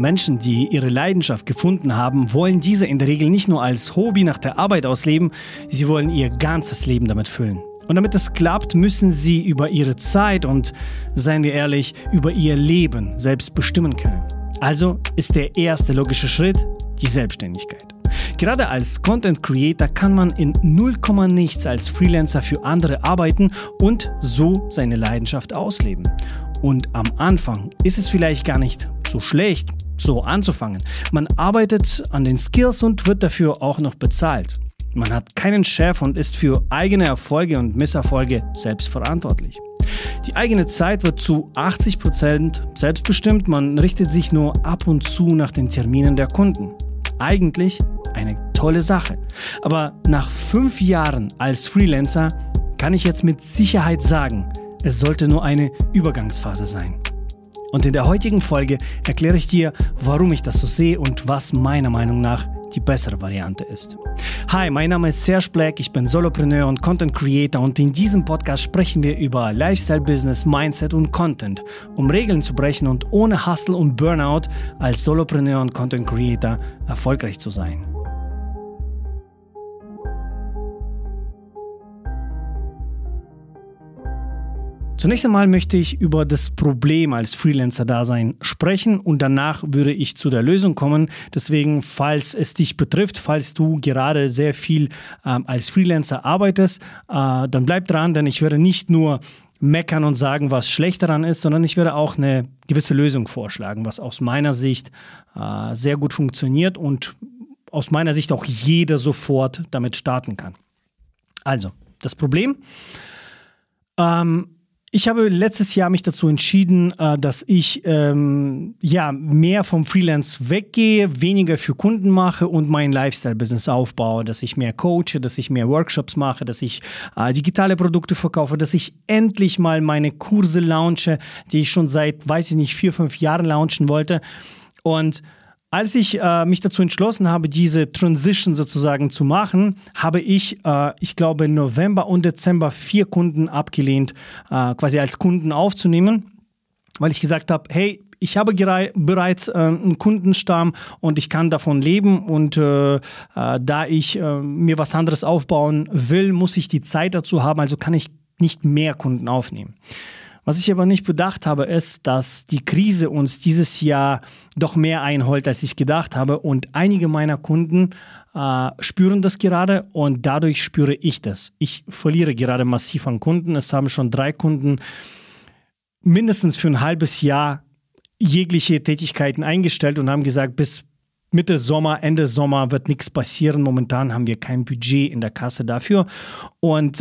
Menschen, die ihre Leidenschaft gefunden haben, wollen diese in der Regel nicht nur als Hobby nach der Arbeit ausleben, sie wollen ihr ganzes Leben damit füllen. Und damit es klappt, müssen sie über ihre Zeit und, seien wir ehrlich, über ihr Leben selbst bestimmen können. Also ist der erste logische Schritt die Selbstständigkeit. Gerade als Content Creator kann man in 0, nichts als Freelancer für andere arbeiten und so seine Leidenschaft ausleben. Und am Anfang ist es vielleicht gar nicht so schlecht, so anzufangen. Man arbeitet an den Skills und wird dafür auch noch bezahlt. Man hat keinen Chef und ist für eigene Erfolge und Misserfolge selbst verantwortlich. Die eigene Zeit wird zu 80% selbstbestimmt, man richtet sich nur ab und zu nach den Terminen der Kunden. Eigentlich eine tolle Sache. Aber nach 5 Jahren als Freelancer kann ich jetzt mit Sicherheit sagen, es sollte nur eine Übergangsphase sein. Und in der heutigen Folge erkläre ich dir, warum ich das so sehe und was meiner Meinung nach die bessere Variante ist. Hi, mein Name ist Serge Black, ich bin Solopreneur und Content Creator und in diesem Podcast sprechen wir über Lifestyle, Business, Mindset und Content, um Regeln zu brechen und ohne Hustle und Burnout als Solopreneur und Content Creator erfolgreich zu sein. Zunächst einmal möchte ich über das Problem als Freelancer-Dasein sprechen und danach würde ich zu der Lösung kommen. Deswegen, falls es dich betrifft, falls du gerade sehr viel als Freelancer arbeitest, dann bleib dran, denn ich werde nicht nur meckern und sagen, was schlecht daran ist, sondern ich werde auch eine gewisse Lösung vorschlagen, was aus meiner Sicht sehr gut funktioniert und aus meiner Sicht auch jeder sofort damit starten kann. Also, das Problem. Ich habe letztes Jahr mich dazu entschieden, dass ich mehr vom Freelance weggehe, weniger für Kunden mache und mein Lifestyle-Business aufbaue, dass ich mehr coache, dass ich mehr Workshops mache, dass ich digitale Produkte verkaufe, dass ich endlich mal meine Kurse launche, die ich schon seit, 4, 5 Jahren launchen wollte. Und als ich mich dazu entschlossen habe, diese Transition sozusagen zu machen, habe ich glaube, November und Dezember 4 Kunden abgelehnt, quasi als Kunden aufzunehmen, weil ich gesagt habe, hey, ich habe bereits einen Kundenstamm und ich kann davon leben und da ich mir was anderes aufbauen will, muss ich die Zeit dazu haben, also kann ich nicht mehr Kunden aufnehmen. Was ich aber nicht bedacht habe, ist, dass die Krise uns dieses Jahr doch mehr einholt, als ich gedacht habe. Und einige meiner Kunden spüren das gerade und dadurch spüre ich das. Ich verliere gerade massiv an Kunden. Es haben schon 3 Kunden mindestens für ein halbes Jahr jegliche Tätigkeiten eingestellt und haben gesagt, bis Mitte Sommer, Ende Sommer wird nichts passieren. Momentan haben wir kein Budget in der Kasse dafür. Und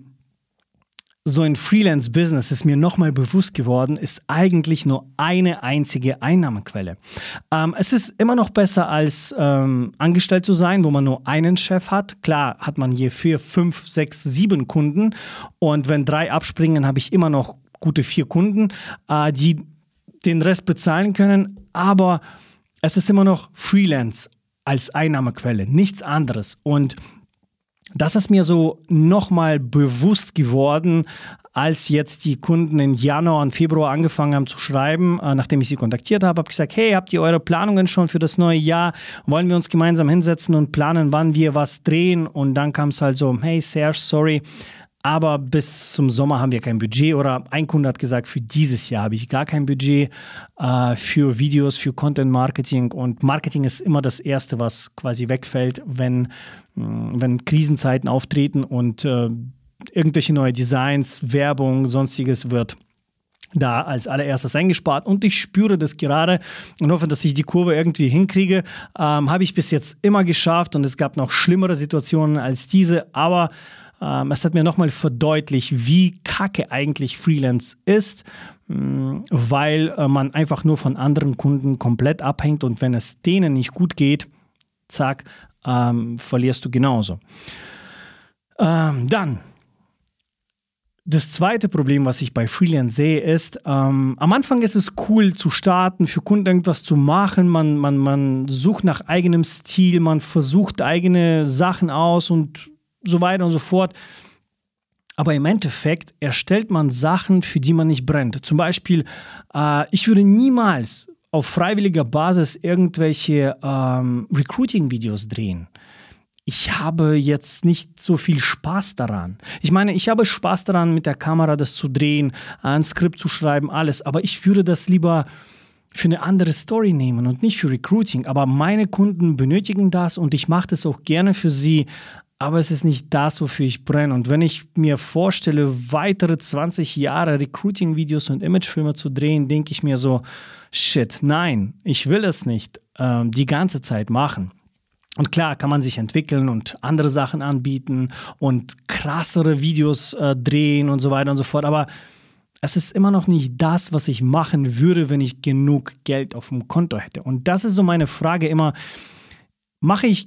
so ein Freelance-Business ist mir nochmal bewusst geworden, ist eigentlich nur eine einzige Einnahmequelle. Es ist immer noch besser als angestellt zu sein, wo man nur einen Chef hat. Klar hat man hier 4, 5, 6, 7 Kunden und wenn 3 abspringen, habe ich immer noch gute 4 Kunden, die den Rest bezahlen können, aber es ist immer noch Freelance als Einnahmequelle, nichts anderes. Und das ist mir so nochmal bewusst geworden, als jetzt die Kunden in Januar und Februar angefangen haben zu schreiben, nachdem ich sie kontaktiert habe, habe gesagt, hey, habt ihr eure Planungen schon für das neue Jahr? Wollen wir uns gemeinsam hinsetzen und planen, wann wir was drehen? Und dann kam es halt so, hey Serge, sorry, aber bis zum Sommer haben wir kein Budget. Oder ein Kunde hat gesagt, für dieses Jahr habe ich gar kein Budget für Videos, für Content Marketing. Und Marketing ist immer das Erste, was quasi wegfällt, wenn Krisenzeiten auftreten und irgendwelche neue Designs, Werbung, sonstiges wird da als allererstes eingespart. Und ich spüre das gerade und hoffe, dass ich die Kurve irgendwie hinkriege. Habe ich bis jetzt immer geschafft und es gab noch schlimmere Situationen als diese, aber es hat mir nochmal verdeutlicht, wie kacke eigentlich Freelance ist, weil man einfach nur von anderen Kunden komplett abhängt und wenn es denen nicht gut geht, zack, verlierst du genauso. Dann, das zweite Problem, was ich bei Freelance sehe, ist, am Anfang ist es cool zu starten, für Kunden irgendwas zu machen, man sucht nach eigenem Stil, man versucht eigene Sachen aus und so weiter und so fort. Aber im Endeffekt erstellt man Sachen, für die man nicht brennt. Zum Beispiel, ich würde niemals auf freiwilliger Basis irgendwelche Recruiting-Videos drehen. Ich habe jetzt nicht so viel Spaß daran. Ich meine, ich habe Spaß daran, mit der Kamera das zu drehen, ein Skript zu schreiben, alles. Aber ich würde das lieber für eine andere Story nehmen und nicht für Recruiting. Aber meine Kunden benötigen das und ich mache das auch gerne für sie. Aber es ist nicht das, wofür ich brenne. Und wenn ich mir vorstelle, weitere 20 Jahre Recruiting-Videos und Imagefilme zu drehen, denke ich mir so, shit, nein, ich will es nicht die ganze Zeit machen. Und klar kann man sich entwickeln und andere Sachen anbieten und krassere Videos drehen und so weiter und so fort. Aber es ist immer noch nicht das, was ich machen würde, wenn ich genug Geld auf dem Konto hätte. Und das ist so meine Frage immer, ich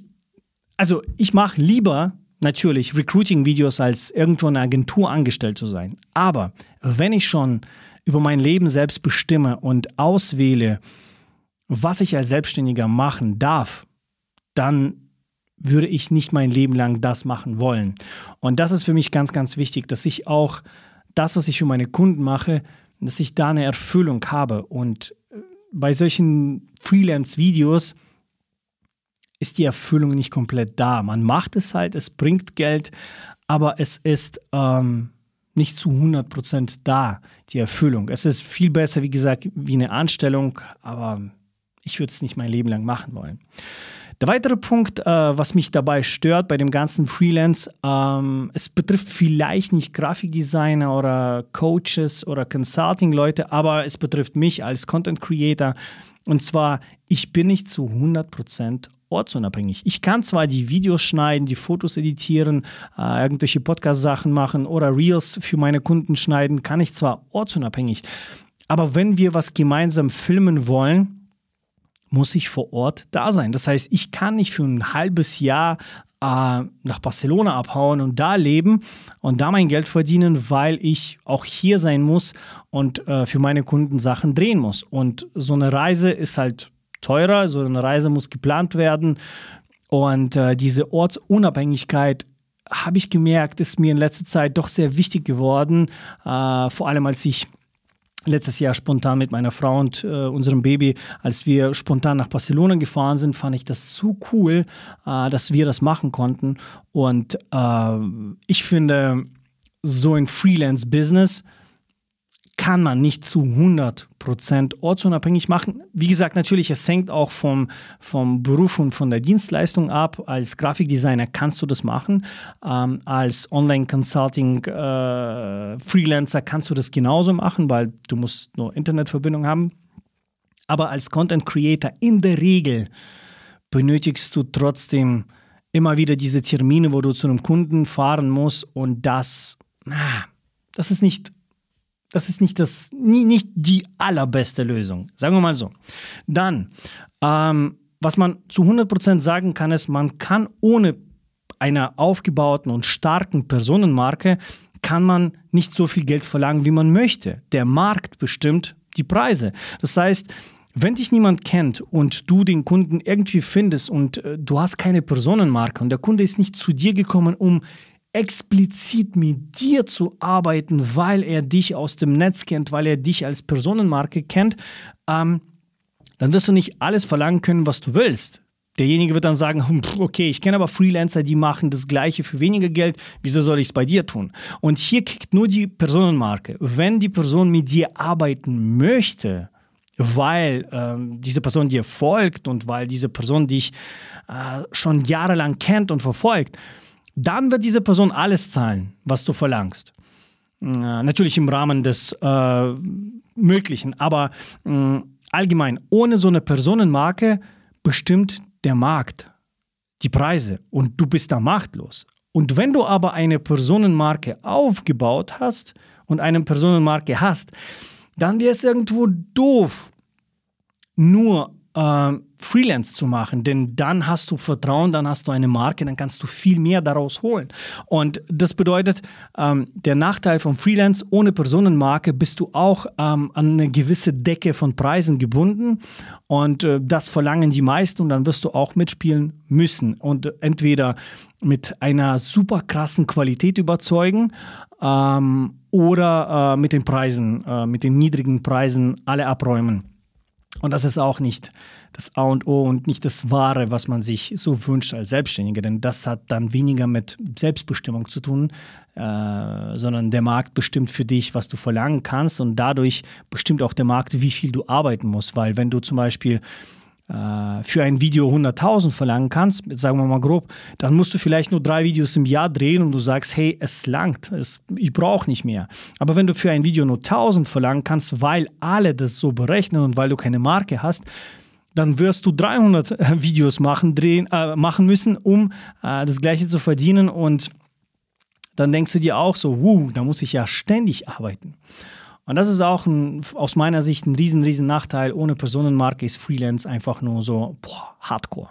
mache lieber natürlich Recruiting-Videos, als irgendwo in einer Agentur angestellt zu sein. Aber wenn ich schon über mein Leben selbst bestimme und auswähle, was ich als Selbstständiger machen darf, dann würde ich nicht mein Leben lang das machen wollen. Und das ist für mich ganz, ganz wichtig, dass ich auch das, was ich für meine Kunden mache, dass ich da eine Erfüllung habe. Und bei solchen Freelance-Videos ist die Erfüllung nicht komplett da. Man macht es halt, es bringt Geld, aber es ist nicht zu 100% da, die Erfüllung. Es ist viel besser, wie gesagt, wie eine Anstellung, aber ich würde es nicht mein Leben lang machen wollen. Der weitere Punkt, was mich dabei stört bei dem ganzen Freelance, es betrifft vielleicht nicht Grafikdesigner oder Coaches oder Consulting-Leute, aber es betrifft mich als Content Creator. Und zwar, ich bin nicht zu 100% ortsunabhängig. Ich kann zwar die Videos schneiden, die Fotos editieren, irgendwelche Podcast-Sachen machen oder Reels für meine Kunden schneiden, kann ich zwar ortsunabhängig. Aber wenn wir was gemeinsam filmen wollen, muss ich vor Ort da sein. Das heißt, ich kann nicht für ein halbes Jahr nach Barcelona abhauen und da leben und da mein Geld verdienen, weil ich auch hier sein muss und für meine Kunden Sachen drehen muss. Und so eine Reise ist halt teurer, so eine Reise muss geplant werden. Und diese Ortsunabhängigkeit, habe ich gemerkt, ist mir in letzter Zeit doch sehr wichtig geworden, vor allem als ich letztes Jahr spontan mit meiner Frau und unserem Baby, als wir spontan nach Barcelona gefahren sind, fand ich das so cool, dass wir das machen konnten. Und ich finde, so ein Freelance-Business kann man nicht zu 100% ortsunabhängig machen. Wie gesagt, natürlich, es hängt auch vom Beruf und von der Dienstleistung ab. Als Grafikdesigner kannst du das machen. Als Online-Consulting-Freelancer kannst du das genauso machen, weil du musst nur Internetverbindung haben. Aber als Content-Creator in der Regel benötigst du trotzdem immer wieder diese Termine, wo du zu einem Kunden fahren musst. Und das ist nicht die allerbeste Lösung. Sagen wir mal so. Dann, was man zu 100% sagen kann, ist, man kann ohne einer aufgebauten und starken Personenmarke, kann man nicht so viel Geld verlangen, wie man möchte. Der Markt bestimmt die Preise. Das heißt, wenn dich niemand kennt und du den Kunden irgendwie findest und du hast keine Personenmarke und der Kunde ist nicht zu dir gekommen, um explizit mit dir zu arbeiten, weil er dich aus dem Netz kennt, weil er dich als Personenmarke kennt, dann wirst du nicht alles verlangen können, was du willst. Derjenige wird dann sagen, okay, ich kenne aber Freelancer, die machen das Gleiche für weniger Geld, wieso soll ich es bei dir tun? Und hier kickt nur die Personenmarke. Wenn die Person mit dir arbeiten möchte, weil diese Person dir folgt und weil diese Person dich schon jahrelang kennt und verfolgt, dann wird diese Person alles zahlen, was du verlangst. Natürlich im Rahmen des Möglichen, aber allgemein, ohne so eine Personenmarke bestimmt der Markt die Preise und du bist da machtlos. Und wenn du aber eine Personenmarke aufgebaut hast und eine Personenmarke hast, dann wäre es irgendwo doof, nur Freelance zu machen, denn dann hast du Vertrauen, dann hast du eine Marke, dann kannst du viel mehr daraus holen. Und das bedeutet, der Nachteil von Freelance, ohne Personenmarke bist du auch an eine gewisse Decke von Preisen gebunden und das verlangen die meisten und dann wirst du auch mitspielen müssen und entweder mit einer super krassen Qualität überzeugen oder mit den Preisen, mit den niedrigen Preisen alle abräumen. Und das ist auch nicht das A und O und nicht das Wahre, was man sich so wünscht als Selbstständiger. Denn das hat dann weniger mit Selbstbestimmung zu tun, sondern der Markt bestimmt für dich, was du verlangen kannst. Und dadurch bestimmt auch der Markt, wie viel du arbeiten musst. Weil wenn du zum Beispiel für ein Video 100.000 verlangen kannst, jetzt sagen wir mal grob, dann musst du vielleicht nur 3 Videos im Jahr drehen und du sagst, hey, es langt, ich brauche nicht mehr. Aber wenn du für ein Video nur 1.000 verlangen kannst, weil alle das so berechnen und weil du keine Marke hast, dann wirst du 300 Videos machen müssen, um das Gleiche zu verdienen, und dann denkst du dir auch so, da muss ich ja ständig arbeiten. Und das ist auch aus meiner Sicht ein riesen Nachteil. Ohne Personenmarke ist Freelance einfach nur so hardcore.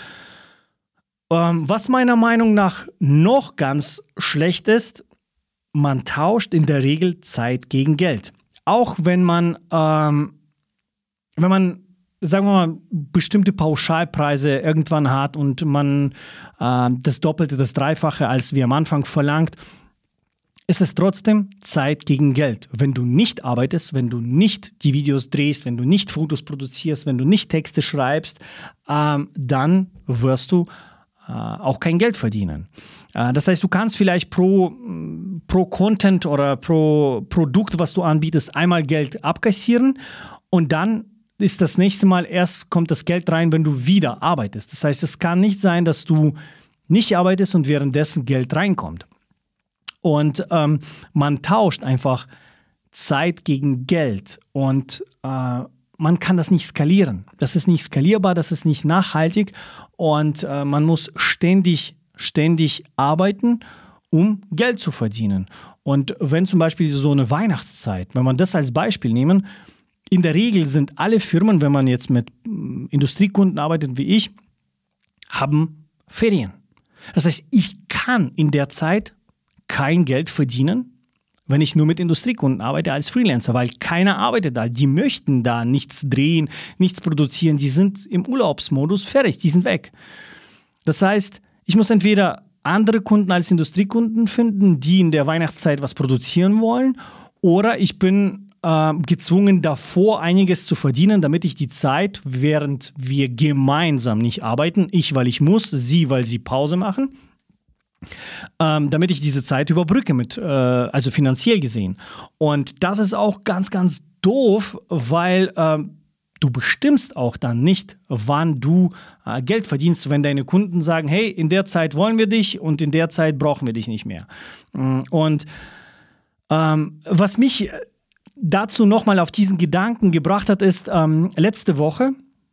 Was meiner Meinung nach noch ganz schlecht ist, man tauscht in der Regel Zeit gegen Geld. Auch wenn man, sagen wir mal, bestimmte Pauschalpreise irgendwann hat und man das Doppelte, das Dreifache, als wir am Anfang verlangt, ist es trotzdem Zeit gegen Geld. Wenn du nicht arbeitest, wenn du nicht die Videos drehst, wenn du nicht Fotos produzierst, wenn du nicht Texte schreibst, dann wirst du auch kein Geld verdienen. Das heißt, du kannst vielleicht pro Content oder pro Produkt, was du anbietest, einmal Geld abkassieren, und dann ist das nächste Mal kommt das Geld rein, wenn du wieder arbeitest. Das heißt, es kann nicht sein, dass du nicht arbeitest und währenddessen Geld reinkommt. Und man tauscht einfach Zeit gegen Geld, und man kann das nicht skalieren. Das ist nicht skalierbar, das ist nicht nachhaltig, und man muss ständig arbeiten, um Geld zu verdienen. Und wenn zum Beispiel so eine Weihnachtszeit, wenn man das als Beispiel nehmen, in der Regel sind alle Firmen, wenn man jetzt mit Industriekunden arbeitet wie ich, haben Ferien. Das heißt, ich kann in der Zeit kein Geld verdienen, wenn ich nur mit Industriekunden arbeite als Freelancer, weil keiner arbeitet da. Die möchten da nichts drehen, nichts produzieren. Die sind im Urlaubsmodus fertig, die sind weg. Das heißt, ich muss entweder andere Kunden als Industriekunden finden, die in der Weihnachtszeit was produzieren wollen, oder ich bin gezwungen, davor einiges zu verdienen, damit ich die Zeit, während wir gemeinsam nicht arbeiten, ich, weil ich muss, sie, weil sie Pause machen, damit ich diese Zeit überbrücke, also finanziell gesehen. Und das ist auch ganz doof, weil du bestimmst auch dann nicht, wann du Geld verdienst, wenn deine Kunden sagen, hey, in der Zeit wollen wir dich und in der Zeit brauchen wir dich nicht mehr. Und was mich dazu nochmal auf diesen Gedanken gebracht hat, ist, letzte Woche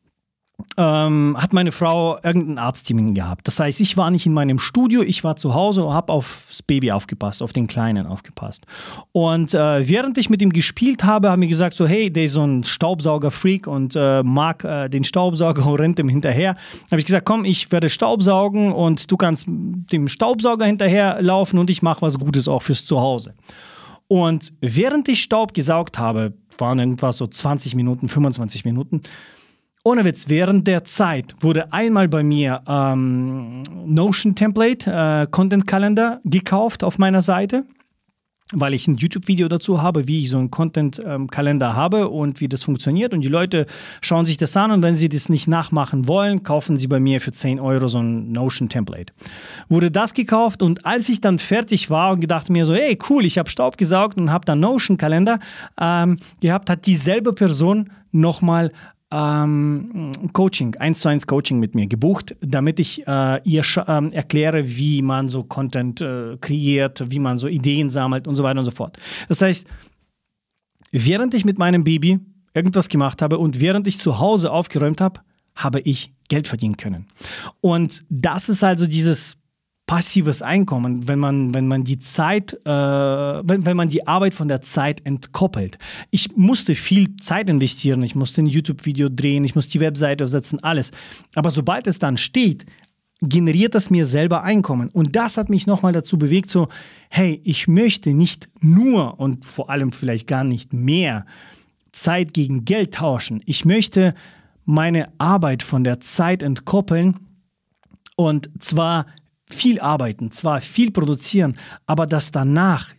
hat meine Frau irgendeinen Arzttermin gehabt. Das heißt, ich war nicht in meinem Studio, ich war zu Hause und habe aufs Baby aufgepasst, auf den Kleinen aufgepasst. Und während ich mit ihm gespielt habe, haben wir gesagt so, hey, der ist so ein Staubsauger-Freak und mag den Staubsauger und rennt ihm hinterher. Habe ich gesagt, komm, ich werde Staubsaugen und du kannst dem Staubsauger hinterher laufen und ich mache was Gutes auch fürs Zuhause. Und während ich Staub gesaugt habe, waren irgendwas so 20 Minuten, 25 Minuten, ohne Witz, während der Zeit wurde einmal bei mir Notion Template, Content Calendar gekauft auf meiner Seite, weil ich ein YouTube-Video dazu habe, wie ich so einen Content-Kalender habe und wie das funktioniert. Und die Leute schauen sich das an, und wenn sie das nicht nachmachen wollen, kaufen sie bei mir für 10 Euro so ein Notion-Template. Wurde das gekauft, und als ich dann fertig war und gedacht mir so, hey, cool, ich habe Staub gesaugt und habe dann Notion-Kalender gehabt, hat dieselbe Person nochmal Coaching, 1:1 Coaching mit mir gebucht, damit ich ihr erkläre, wie man so Content kreiert, wie man so Ideen sammelt und so weiter und so fort. Das heißt, während ich mit meinem Baby irgendwas gemacht habe und während ich zu Hause aufgeräumt habe, habe ich Geld verdienen können. Und das ist also dieses passives Einkommen, wenn man die Zeit, wenn man die Arbeit von der Zeit entkoppelt. Ich musste viel Zeit investieren, ich musste ein YouTube-Video drehen, ich musste die Webseite aufsetzen, alles. Aber sobald es dann steht, generiert das mir selber Einkommen. Und das hat mich nochmal dazu bewegt, so, hey, ich möchte nicht nur und vor allem vielleicht gar nicht mehr Zeit gegen Geld tauschen. Ich möchte meine Arbeit von der Zeit entkoppeln, und zwar viel arbeiten, zwar viel produzieren, aber dass danach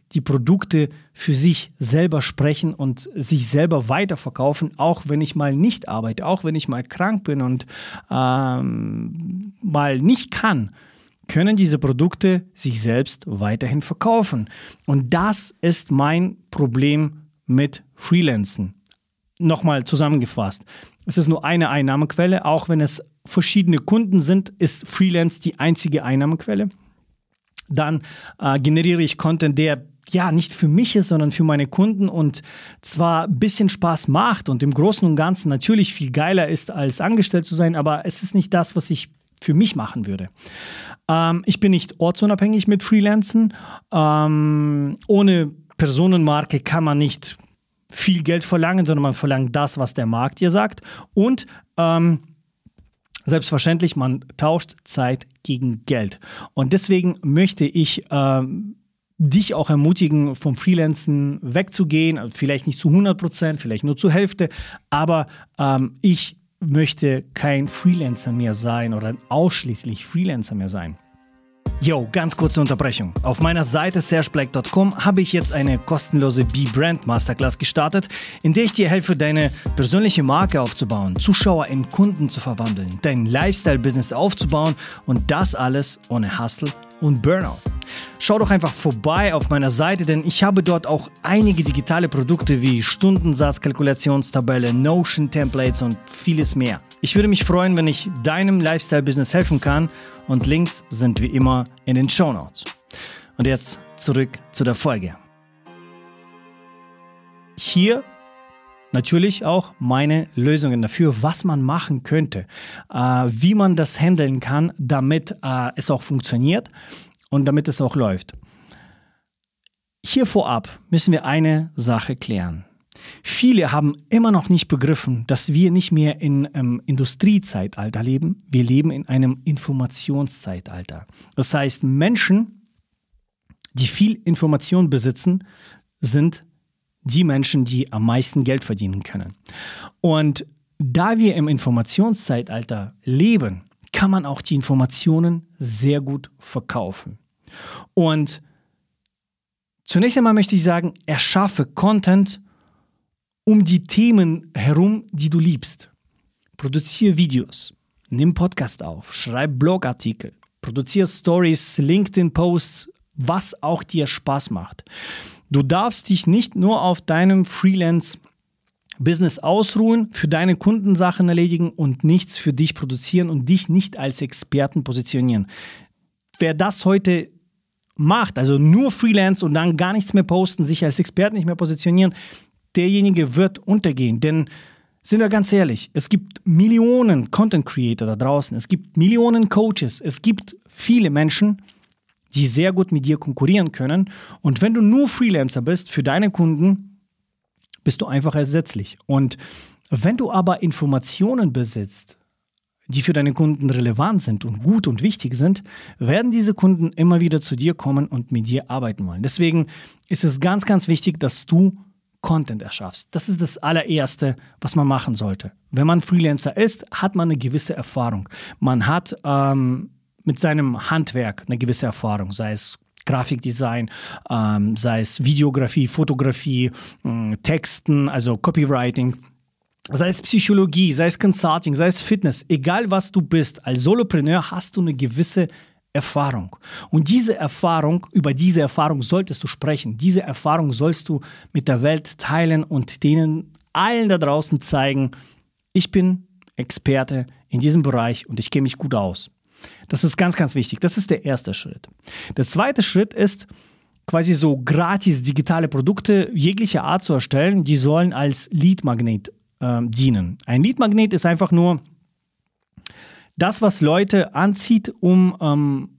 die Produkte für sich selber sprechen und sich selber weiterverkaufen, auch wenn ich mal nicht arbeite, auch wenn ich mal krank bin und mal nicht kann, können diese Produkte sich selbst weiterhin verkaufen. Und das ist mein Problem mit Freelancen. Nochmal zusammengefasst, es ist nur eine Einnahmequelle, auch wenn es verschiedene Kunden sind, ist Freelance die einzige Einnahmequelle. Dann generiere ich Content, der ja nicht für mich ist, sondern für meine Kunden und zwar ein bisschen Spaß macht und im Großen und Ganzen natürlich viel geiler ist, als angestellt zu sein, aber es ist nicht das, was ich für mich machen würde. Ich bin nicht ortsunabhängig mit Freelancen. Ohne Personenmarke kann man nicht viel Geld verlangen, sondern man verlangt das, was der Markt dir sagt. Und selbstverständlich, man tauscht Zeit gegen Geld. Und deswegen möchte ich dich auch ermutigen, vom Freelancen wegzugehen. Vielleicht nicht zu 100%, vielleicht nur zur Hälfte. Aber ich möchte kein Freelancer mehr sein oder ausschließlich Freelancer mehr sein. Yo, ganz kurze Unterbrechung. Auf meiner Seite sergeblack.com habe ich jetzt eine kostenlose B-Brand Masterclass gestartet, in der ich dir helfe, deine persönliche Marke aufzubauen, Zuschauer in Kunden zu verwandeln, dein Lifestyle-Business aufzubauen und das alles ohne Hustle und Burnout. Schau doch einfach vorbei auf meiner Seite, denn ich habe dort auch einige digitale Produkte wie Stundensatz, Kalkulationstabelle, Notion, Templates und vieles mehr. Ich würde mich freuen, wenn ich deinem Lifestyle-Business helfen kann und Links sind wie immer in den Shownotes. Und jetzt zurück zu der Folge. Hier natürlich auch meine Lösungen dafür, was man machen könnte, wie man das handeln kann, damit es auch funktioniert und damit es auch läuft. Hier vorab müssen wir eine Sache klären. Viele haben immer noch nicht begriffen, dass wir nicht mehr in einem Industriezeitalter leben, wir leben in einem Informationszeitalter. Das heißt, Menschen, die viel Information besitzen, sind die Menschen, die am meisten Geld verdienen können. Und da wir im Informationszeitalter leben, kann man auch die Informationen sehr gut verkaufen. Und zunächst einmal möchte ich sagen, erschaffe Content um die Themen herum, die du liebst. Produziere Videos, nimm Podcast auf, schreib Blogartikel, produziere Stories, LinkedIn-Posts, was auch dir Spaß macht. Du darfst dich nicht nur auf deinem Freelance-Business ausruhen, für deine Kunden Sachen erledigen und nichts für dich produzieren und dich nicht als Experten positionieren. Wer das heute macht, also nur Freelance und dann gar nichts mehr posten, sich als Experten nicht mehr positionieren, derjenige wird untergehen. Denn, sind wir ganz ehrlich, es gibt Millionen Content Creator da draußen, es gibt Millionen Coaches, es gibt viele Menschen, die sehr gut mit dir konkurrieren können. Und wenn du nur Freelancer bist für deine Kunden, bist du einfach ersetzlich. Und wenn du aber Informationen besitzt, die für deine Kunden relevant sind und gut und wichtig sind, werden diese Kunden immer wieder zu dir kommen und mit dir arbeiten wollen. Deswegen ist es ganz, ganz wichtig, dass du Content erschaffst. Das ist das allererste, was man machen sollte. Wenn man Freelancer ist, hat man eine gewisse Erfahrung. Man hat mit seinem Handwerk eine gewisse Erfahrung, sei es Grafikdesign, sei es Videografie, Fotografie, Texten, also Copywriting, sei es Psychologie, sei es Consulting, sei es Fitness, egal was du bist, als Solopreneur hast du eine gewisse Erfahrung. Und über diese Erfahrung solltest du sprechen. Diese Erfahrung sollst du mit der Welt teilen und denen allen da draußen zeigen, ich bin Experte in diesem Bereich und ich kenne mich gut aus. Das ist ganz, ganz wichtig. Das ist der erste Schritt. Der zweite Schritt ist, quasi so gratis digitale Produkte jeglicher Art zu erstellen. Die sollen als Lead-Magnet dienen. Ein Lead-Magnet ist einfach nur das, was Leute anzieht, um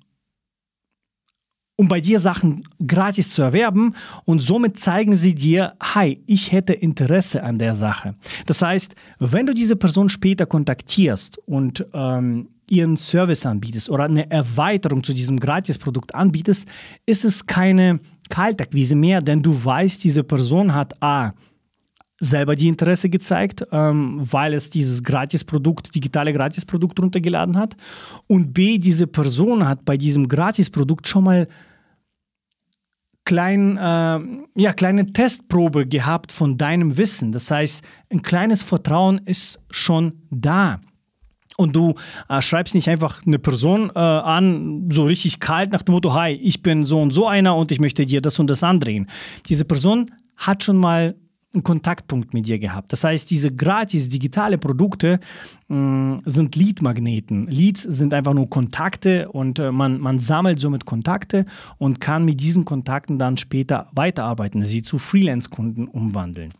bei dir Sachen gratis zu erwerben und somit zeigen sie dir, hi, ich hätte Interesse an der Sache. Das heißt, wenn du diese Person später kontaktierst und ihren Service anbietest oder eine Erweiterung zu diesem Gratisprodukt anbietest, ist es keine Kaltakquise mehr, denn du weißt, diese Person hat selber die Interesse gezeigt, weil es dieses digitale Gratisprodukt runtergeladen hat. Und B, diese Person hat bei diesem Gratisprodukt schon mal kleine Testprobe gehabt von deinem Wissen. Das heißt, ein kleines Vertrauen ist schon da. Und du schreibst nicht einfach eine Person an, so richtig kalt nach dem Motto, hi, ich bin so und so einer und ich möchte dir das und das andrehen. Diese Person hat schon mal einen Kontaktpunkt mit dir gehabt. Das heißt, diese gratis digitale Produkte sind Lead-Magneten. Leads sind einfach nur Kontakte und man sammelt somit Kontakte und kann mit diesen Kontakten dann später weiterarbeiten, sie zu Freelance-Kunden umwandeln.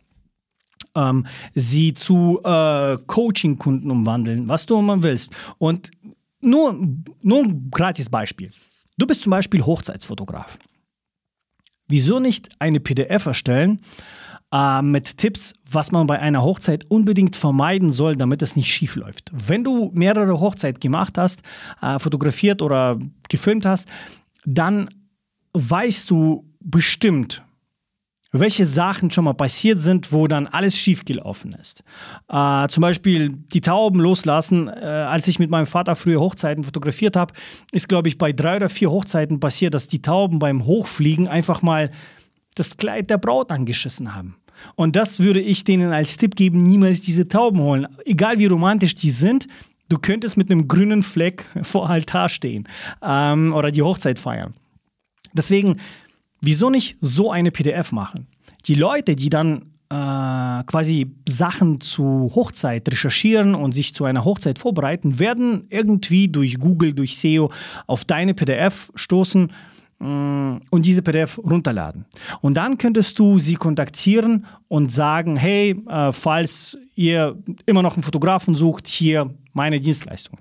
Sie zu Coaching-Kunden umwandeln, was du immer willst. Und nur ein gratis Beispiel. Du bist zum Beispiel Hochzeitsfotograf. Wieso nicht eine PDF erstellen mit Tipps, was man bei einer Hochzeit unbedingt vermeiden soll, damit es nicht schief läuft? Wenn du mehrere Hochzeiten gemacht hast, fotografiert oder gefilmt hast, dann weißt du bestimmt, welche Sachen schon mal passiert sind, wo dann alles schiefgelaufen ist. Zum Beispiel die Tauben loslassen. Als ich mit meinem Vater früher Hochzeiten fotografiert habe, ist, glaube ich, bei 3 oder 4 Hochzeiten passiert, dass die Tauben beim Hochfliegen einfach mal das Kleid der Braut angeschissen haben. Und das würde ich denen als Tipp geben, niemals diese Tauben holen. Egal wie romantisch die sind, du könntest mit einem grünen Fleck vor Altar stehen oder die Hochzeit feiern. Deswegen, wieso nicht so eine PDF machen? Die Leute, die dann quasi Sachen zu Hochzeit recherchieren und sich zu einer Hochzeit vorbereiten, werden irgendwie durch Google, durch SEO auf deine PDF stoßen und diese PDF runterladen. Und dann könntest du sie kontaktieren und sagen, hey, falls ihr immer noch einen Fotografen sucht, hier meine Dienstleistungen.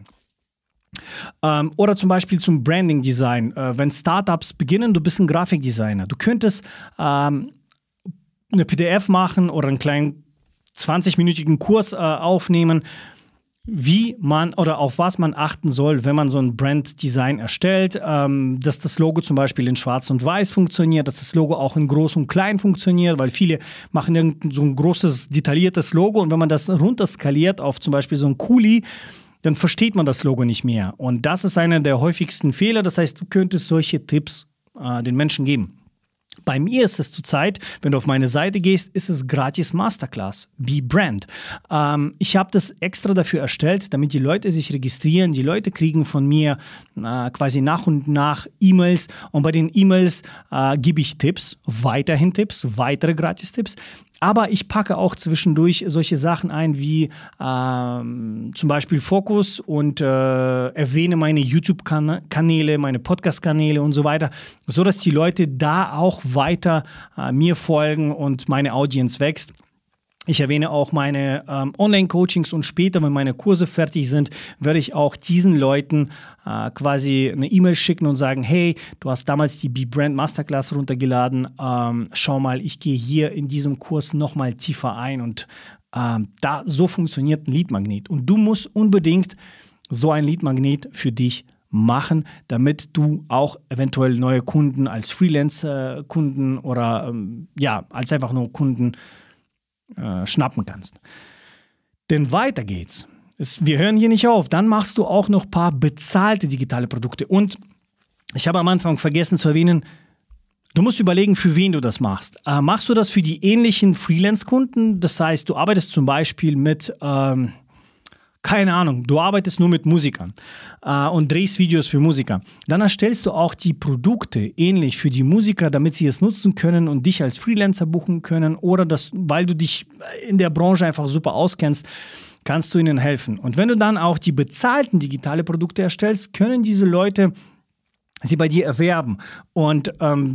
Oder zum Beispiel zum Branding-Design. Wenn Startups beginnen, du bist ein Grafikdesigner. Du könntest eine PDF machen oder einen kleinen 20-minütigen Kurs aufnehmen, wie man oder auf was man achten soll, wenn man so ein Brand-Design erstellt, dass das Logo zum Beispiel in Schwarz und Weiß funktioniert, dass das Logo auch in Groß und Klein funktioniert, weil viele machen irgend so ein großes, detailliertes Logo und wenn man das runterskaliert auf zum Beispiel so ein Kuli, dann versteht man das Logo nicht mehr. Und das ist einer der häufigsten Fehler. Das heißt, du könntest solche Tipps den Menschen geben. Bei mir ist es zurzeit, wenn du auf meine Seite gehst, ist es gratis Masterclass, Be Brand. Ich habe das extra dafür erstellt, damit die Leute sich registrieren. Die Leute kriegen von mir quasi nach und nach E-Mails und bei den E-Mails gebe ich Tipps, weiterhin Tipps, weitere Gratis-Tipps. Aber ich packe auch zwischendurch solche Sachen ein wie zum Beispiel Fokus und erwähne meine YouTube-Kanäle, meine Podcast-Kanäle und so weiter, sodass die Leute da auch weiter mir folgen und meine Audience wächst. Ich erwähne auch meine Online-Coachings und später, wenn meine Kurse fertig sind, werde ich auch diesen Leuten quasi eine E-Mail schicken und sagen, hey, du hast damals die Be Brand Masterclass runtergeladen, schau mal, ich gehe hier in diesem Kurs nochmal tiefer ein und so funktioniert ein Lead-Magnet. Und du musst unbedingt so ein Lead-Magnet für dich machen, damit du auch eventuell neue Kunden als Freelancer-Kunden oder als einfach nur Kunden schnappen kannst. Denn weiter geht's. Wir hören hier nicht auf. Dann machst du auch noch ein paar bezahlte digitale Produkte. Und ich habe am Anfang vergessen zu erwähnen, du musst überlegen, für wen du das machst. Machst du das für die ähnlichen Freelance-Kunden? Das heißt, du arbeitest zum Beispiel mit keine Ahnung, du arbeitest nur mit Musikern und drehst Videos für Musiker. Dann erstellst du auch die Produkte ähnlich für die Musiker, damit sie es nutzen können und dich als Freelancer buchen können oder weil du dich in der Branche einfach super auskennst, kannst du ihnen helfen. Und wenn du dann auch die bezahlten digitale Produkte erstellst, können diese Leute sie bei dir erwerben. Und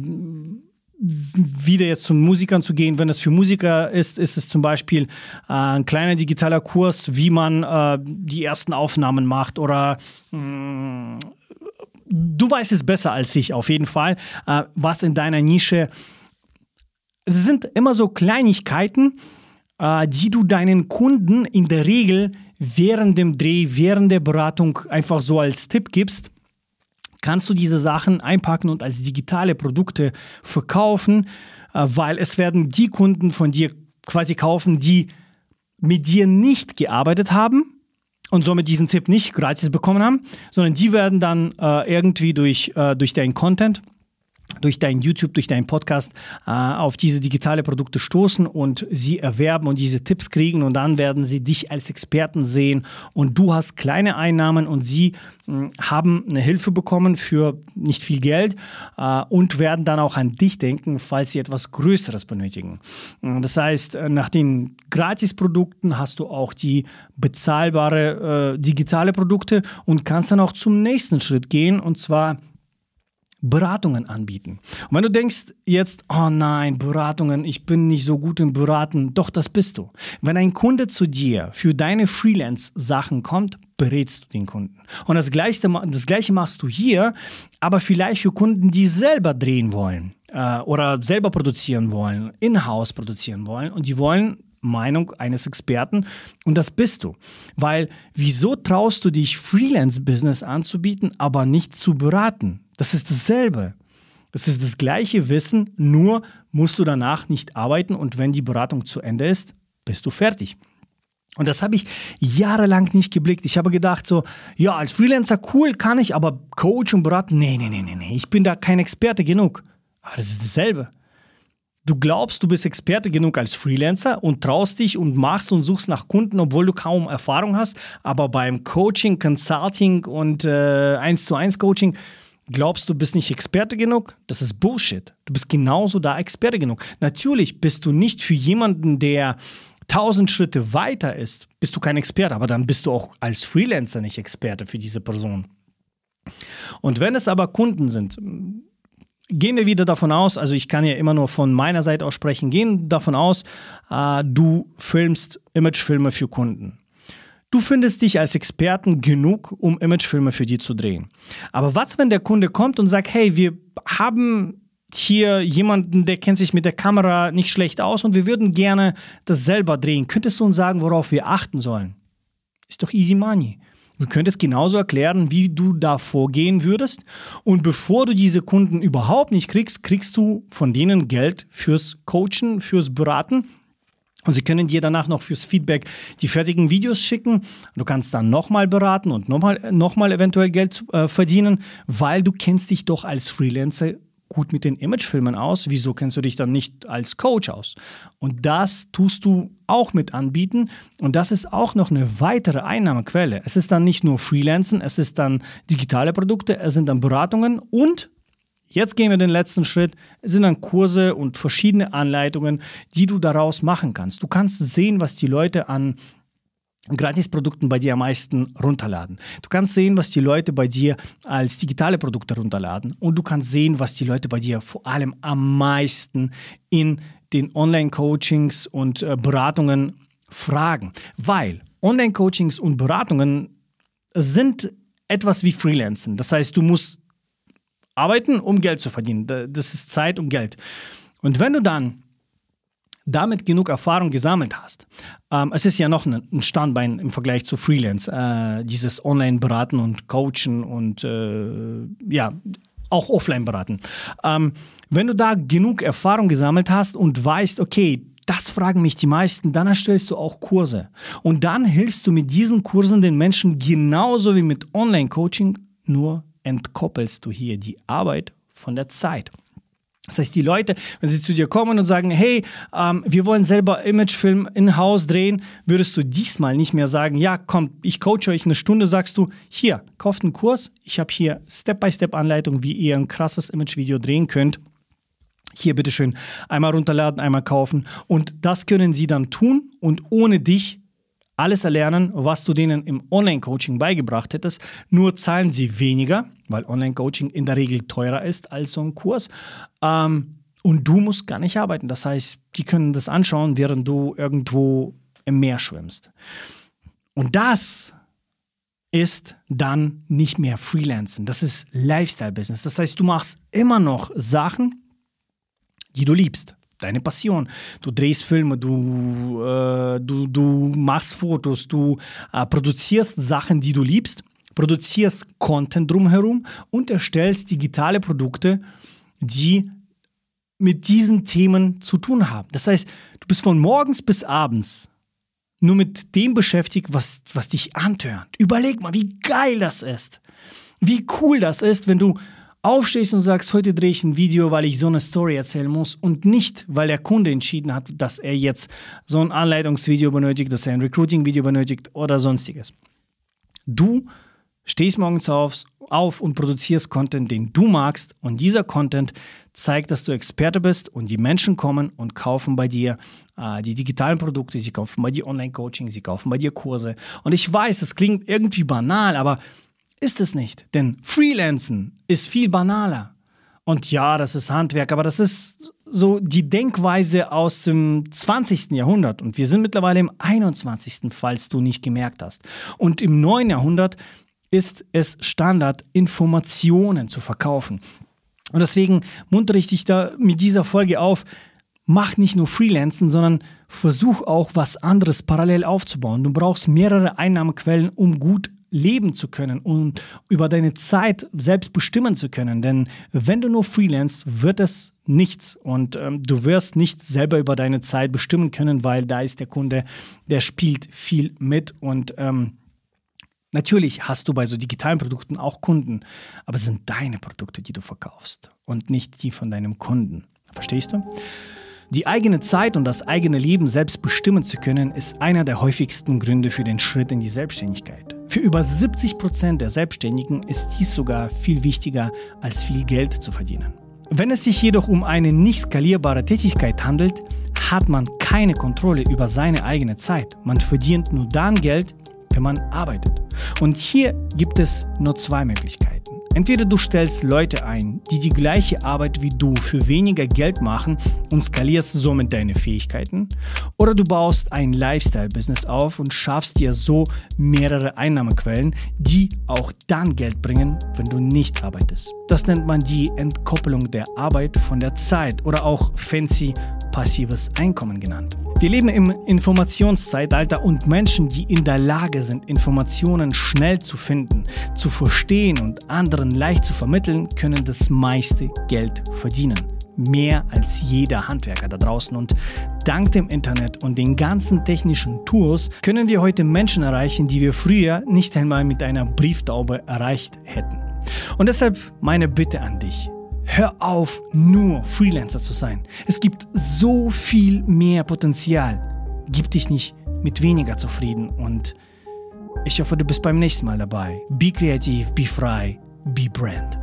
wieder jetzt zu Musikern zu gehen, wenn es für Musiker ist, ist es zum Beispiel ein kleiner digitaler Kurs, wie man die ersten Aufnahmen macht oder du weißt es besser als ich auf jeden Fall, was in deiner Nische, es sind immer so Kleinigkeiten, die du deinen Kunden in der Regel während dem Dreh, während der Beratung einfach so als Tipp gibst. Kannst du diese Sachen einpacken und als digitale Produkte verkaufen, weil es werden die Kunden von dir quasi kaufen, die mit dir nicht gearbeitet haben und somit diesen Tipp nicht gratis bekommen haben, sondern die werden dann irgendwie durch deinen Content durch dein YouTube, durch deinen Podcast auf diese digitale Produkte stoßen und sie erwerben und diese Tipps kriegen und dann werden sie dich als Experten sehen und du hast kleine Einnahmen und sie haben eine Hilfe bekommen für nicht viel Geld und werden dann auch an dich denken, falls sie etwas Größeres benötigen. Das heißt, nach den Gratisprodukten hast du auch die bezahlbare digitale Produkte und kannst dann auch zum nächsten Schritt gehen und zwar Beratungen anbieten. Und wenn du denkst jetzt, oh nein, Beratungen, ich bin nicht so gut im Beraten, doch das bist du. Wenn ein Kunde zu dir für deine Freelance-Sachen kommt, berätst du den Kunden. Und das Gleiche machst du hier, aber vielleicht für Kunden, die selber drehen wollen oder selber produzieren wollen, in-house produzieren wollen und die wollen Meinung eines Experten und das bist du. Weil wieso traust du dich, Freelance-Business anzubieten, aber nicht zu beraten? Das ist dasselbe. Das ist das gleiche Wissen, nur musst du danach nicht arbeiten und wenn die Beratung zu Ende ist, bist du fertig. Und das habe ich jahrelang nicht geblickt. Ich habe gedacht so, ja, als Freelancer cool kann ich, aber Coach und beraten, nee, ich bin da kein Experte genug. Aber das ist dasselbe. Du glaubst, du bist Experte genug als Freelancer und traust dich und machst und suchst nach Kunden, obwohl du kaum Erfahrung hast. Aber beim Coaching, Consulting und 1:1 Coaching glaubst du bist nicht Experte genug? Das ist Bullshit. Du bist genauso da Experte genug. Natürlich bist du nicht für jemanden, der 1000 Schritte weiter ist, bist du kein Experte. Aber dann bist du auch als Freelancer nicht Experte für diese Person. Und wenn es aber Kunden sind, gehen wir wieder davon aus, also ich kann ja immer nur von meiner Seite aus sprechen, gehen davon aus, du filmst Imagefilme für Kunden. Du findest dich als Experten genug, um Imagefilme für die zu drehen. Aber was, wenn der Kunde kommt und sagt, hey, wir haben hier jemanden, der kennt sich mit der Kamera nicht schlecht aus und wir würden gerne das selber drehen. Könntest du uns sagen, worauf wir achten sollen? Ist doch easy money. Du könntest genauso erklären, wie du da vorgehen würdest. Und bevor du diese Kunden überhaupt nicht kriegst, kriegst du von denen Geld fürs Coachen, fürs Beraten. Und sie können dir danach noch fürs Feedback die fertigen Videos schicken. Du kannst dann nochmal beraten und nochmal eventuell Geld verdienen, weil du kennst dich doch als Freelancer gut mit den Imagefilmen aus. Wieso kennst du dich dann nicht als Coach aus? Und das tust du auch mit anbieten. Und das ist auch noch eine weitere Einnahmequelle. Es ist dann nicht nur Freelancen, es ist dann digitale Produkte, es sind dann Beratungen und jetzt gehen wir den letzten Schritt. Es sind dann Kurse und verschiedene Anleitungen, die du daraus machen kannst. Du kannst sehen, was die Leute an Gratisprodukten bei dir am meisten runterladen. Du kannst sehen, was die Leute bei dir als digitale Produkte runterladen. Und du kannst sehen, was die Leute bei dir vor allem am meisten in den Online-Coachings und Beratungen fragen. Weil Online-Coachings und Beratungen sind etwas wie Freelancen. Das heißt, du musst arbeiten, um Geld zu verdienen. Das ist Zeit und Geld. Und wenn du dann damit genug Erfahrung gesammelt hast, es ist ja noch ein Standbein im Vergleich zu Freelance, dieses Online-Beraten und Coachen und auch Offline-Beraten. Wenn du da genug Erfahrung gesammelt hast und weißt, okay, das fragen mich die meisten, dann erstellst du auch Kurse. Und dann hilfst du mit diesen Kursen den Menschen genauso wie mit Online-Coaching, nur entkoppelst du hier die Arbeit von der Zeit. Das heißt, die Leute, wenn sie zu dir kommen und sagen, hey, wir wollen selber Imagefilm in-house drehen, würdest du diesmal nicht mehr sagen, ja, komm, ich coache euch eine Stunde, sagst du, hier, kauft einen Kurs, ich habe hier Step-by-Step-Anleitung, wie ihr ein krasses Imagevideo drehen könnt. Hier bitteschön einmal runterladen, einmal kaufen und das können sie dann tun und ohne dich alles erlernen, was du denen im Online-Coaching beigebracht hättest, nur zahlen sie weniger, weil Online-Coaching in der Regel teurer ist als so ein Kurs. Und du musst gar nicht arbeiten. Das heißt, die können das anschauen, während du irgendwo im Meer schwimmst. Und das ist dann nicht mehr Freelancen. Das ist Lifestyle-Business. Das heißt, du machst immer noch Sachen, die du liebst. Deine Passion. Du drehst Filme, du machst Fotos, du produzierst Sachen, die du liebst, produzierst Content drumherum und erstellst digitale Produkte, die mit diesen Themen zu tun haben. Das heißt, du bist von morgens bis abends nur mit dem beschäftigt, was dich antörnt. Überleg mal, wie geil das ist. Wie cool das ist, wenn du aufstehst und sagst, heute drehe ich ein Video, weil ich so eine Story erzählen muss und nicht, weil der Kunde entschieden hat, dass er jetzt so ein Anleitungsvideo benötigt, dass er ein Recruiting-Video benötigt oder sonstiges. Du stehst morgens auf und produzierst Content, den du magst, und dieser Content zeigt, dass du Experte bist und die Menschen kommen und kaufen bei dir die digitalen Produkte, sie kaufen bei dir Online-Coaching, sie kaufen bei dir Kurse. Und ich weiß, es klingt irgendwie banal, aber ist es nicht, denn Freelancen ist viel banaler. Und ja, das ist Handwerk, aber das ist so die Denkweise aus dem 20. Jahrhundert. Und wir sind mittlerweile im 21., falls du nicht gemerkt hast. Und im 9. Jahrhundert ist es Standard, Informationen zu verkaufen. Und deswegen muntere ich dich da mit dieser Folge auf, mach nicht nur Freelancen, sondern versuch auch was anderes parallel aufzubauen. Du brauchst mehrere Einnahmequellen, um gut leben zu können und über deine Zeit selbst bestimmen zu können. Denn wenn du nur freelance, wird es nichts und du wirst nicht selber über deine Zeit bestimmen können, weil da ist der Kunde, der spielt viel mit und natürlich hast du bei so digitalen Produkten auch Kunden, aber es sind deine Produkte, die du verkaufst und nicht die von deinem Kunden. Verstehst du? Die eigene Zeit und das eigene Leben selbst bestimmen zu können, ist einer der häufigsten Gründe für den Schritt in die Selbstständigkeit. Für über 70% der Selbstständigen ist dies sogar viel wichtiger, als viel Geld zu verdienen. Wenn es sich jedoch um eine nicht skalierbare Tätigkeit handelt, hat man keine Kontrolle über seine eigene Zeit. Man verdient nur dann Geld, wenn man arbeitet. Und hier gibt es nur zwei Möglichkeiten. Entweder du stellst Leute ein, die die gleiche Arbeit wie du für weniger Geld machen und skalierst somit deine Fähigkeiten, oder du baust ein Lifestyle-Business auf und schaffst dir so mehrere Einnahmequellen, die auch dann Geld bringen, wenn du nicht arbeitest. Das nennt man die Entkoppelung der Arbeit von der Zeit oder auch fancy passives Einkommen genannt. Wir leben im Informationszeitalter und Menschen, die in der Lage sind, Informationen schnell zu finden, zu verstehen und anderen leicht zu vermitteln, können das meiste Geld verdienen. Mehr als jeder Handwerker da draußen. Und dank dem Internet und den ganzen technischen Tools können wir heute Menschen erreichen, die wir früher nicht einmal mit einer Brieftaube erreicht hätten. Und deshalb meine Bitte an dich. Hör auf, nur Freelancer zu sein. Es gibt so viel mehr Potenzial. Gib dich nicht mit weniger zufrieden und ich hoffe, du bist beim nächsten Mal dabei. Be kreativ, be frei, be brand.